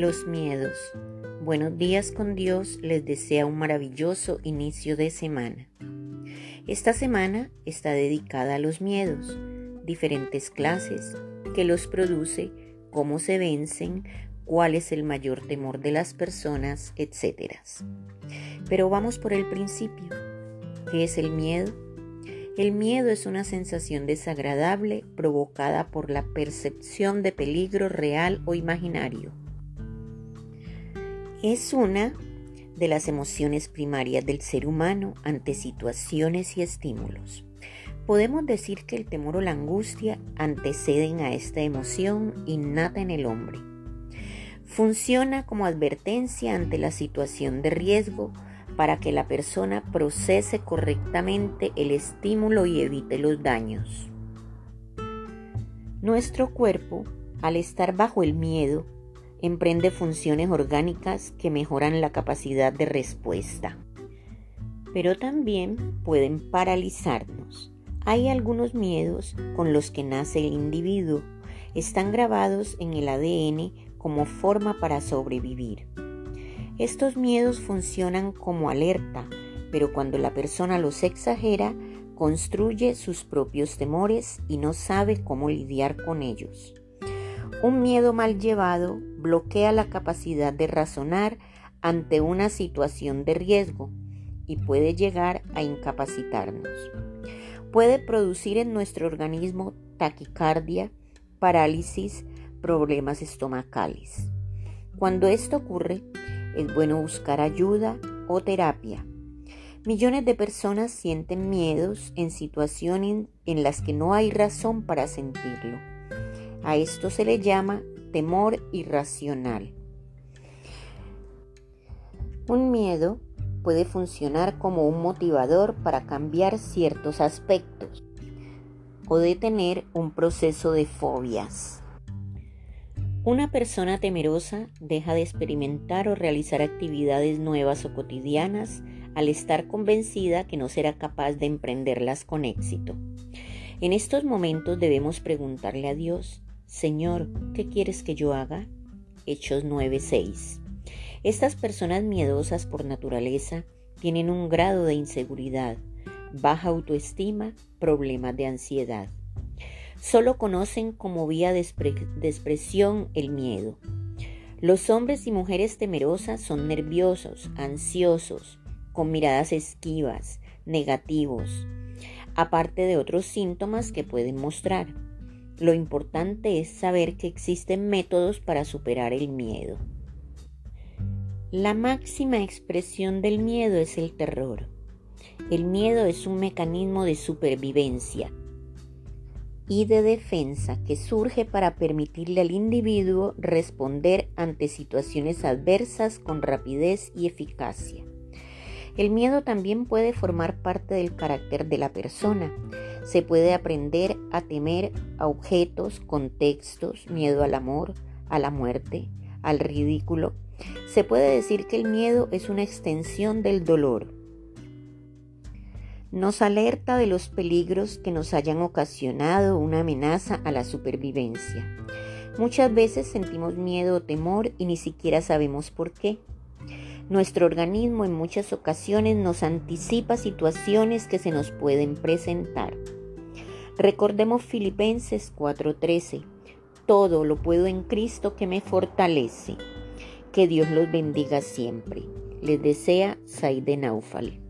Los miedos. Buenos días con Dios, les desea un maravilloso inicio de semana. Esta semana está dedicada a los miedos, diferentes clases, qué los produce, cómo se vencen, cuál es el mayor temor de las personas, etc. Pero vamos por el principio. ¿Qué es el miedo? El miedo es una sensación desagradable provocada por la percepción de peligro real o imaginario. Es una de las emociones primarias del ser humano ante situaciones y estímulos. Podemos decir que el temor o la angustia anteceden a esta emoción innata en el hombre. Funciona como advertencia ante la situación de riesgo para que la persona procese correctamente el estímulo y evite los daños. Nuestro cuerpo, al estar bajo el miedo, emprende funciones orgánicas que mejoran la capacidad de respuesta, pero también pueden paralizarnos. Hay algunos miedos con los que nace el individuo, están grabados en el ADN como forma para sobrevivir. Estos miedos funcionan como alerta, pero cuando la persona los exagera, construye sus propios temores y no sabe cómo lidiar con ellos. Un miedo mal llevado bloquea la capacidad de razonar ante una situación de riesgo y puede llegar a incapacitarnos. Puede producir en nuestro organismo taquicardia, parálisis, problemas estomacales. Cuando esto ocurre, es bueno buscar ayuda o terapia. Millones de personas sienten miedos en situaciones en las que no hay razón para sentirlo. A esto se le llama temor irracional. Un miedo puede funcionar como un motivador para cambiar ciertos aspectos o detener un proceso de fobias. Una persona temerosa deja de experimentar o realizar actividades nuevas o cotidianas al estar convencida que no será capaz de emprenderlas con éxito. En estos momentos debemos preguntarle a Dios: Señor, ¿qué quieres que yo haga? Hechos 9:6. Estas personas miedosas por naturaleza tienen un grado de inseguridad, baja autoestima, problemas de ansiedad. Solo conocen como vía de expresión el miedo. Los hombres y mujeres temerosas son nerviosos, ansiosos, con miradas esquivas, negativos, aparte de otros síntomas que pueden mostrar. Lo importante es saber que existen métodos para superar el miedo. La máxima expresión del miedo es el terror. El miedo es un mecanismo de supervivencia y de defensa que surge para permitirle al individuo responder ante situaciones adversas con rapidez y eficacia. El miedo también puede formar parte del carácter de la persona. Se puede aprender a temer a objetos, contextos, miedo al amor, a la muerte, al ridículo. Se puede decir que el miedo es una extensión del dolor. Nos alerta de los peligros que nos hayan ocasionado una amenaza a la supervivencia. Muchas veces sentimos miedo o temor y ni siquiera sabemos por qué. Nuestro organismo en muchas ocasiones nos anticipa situaciones que se nos pueden presentar. Recordemos Filipenses 4:13. Todo lo puedo en Cristo que me fortalece. Que Dios los bendiga siempre. Les desea Saide Naufal.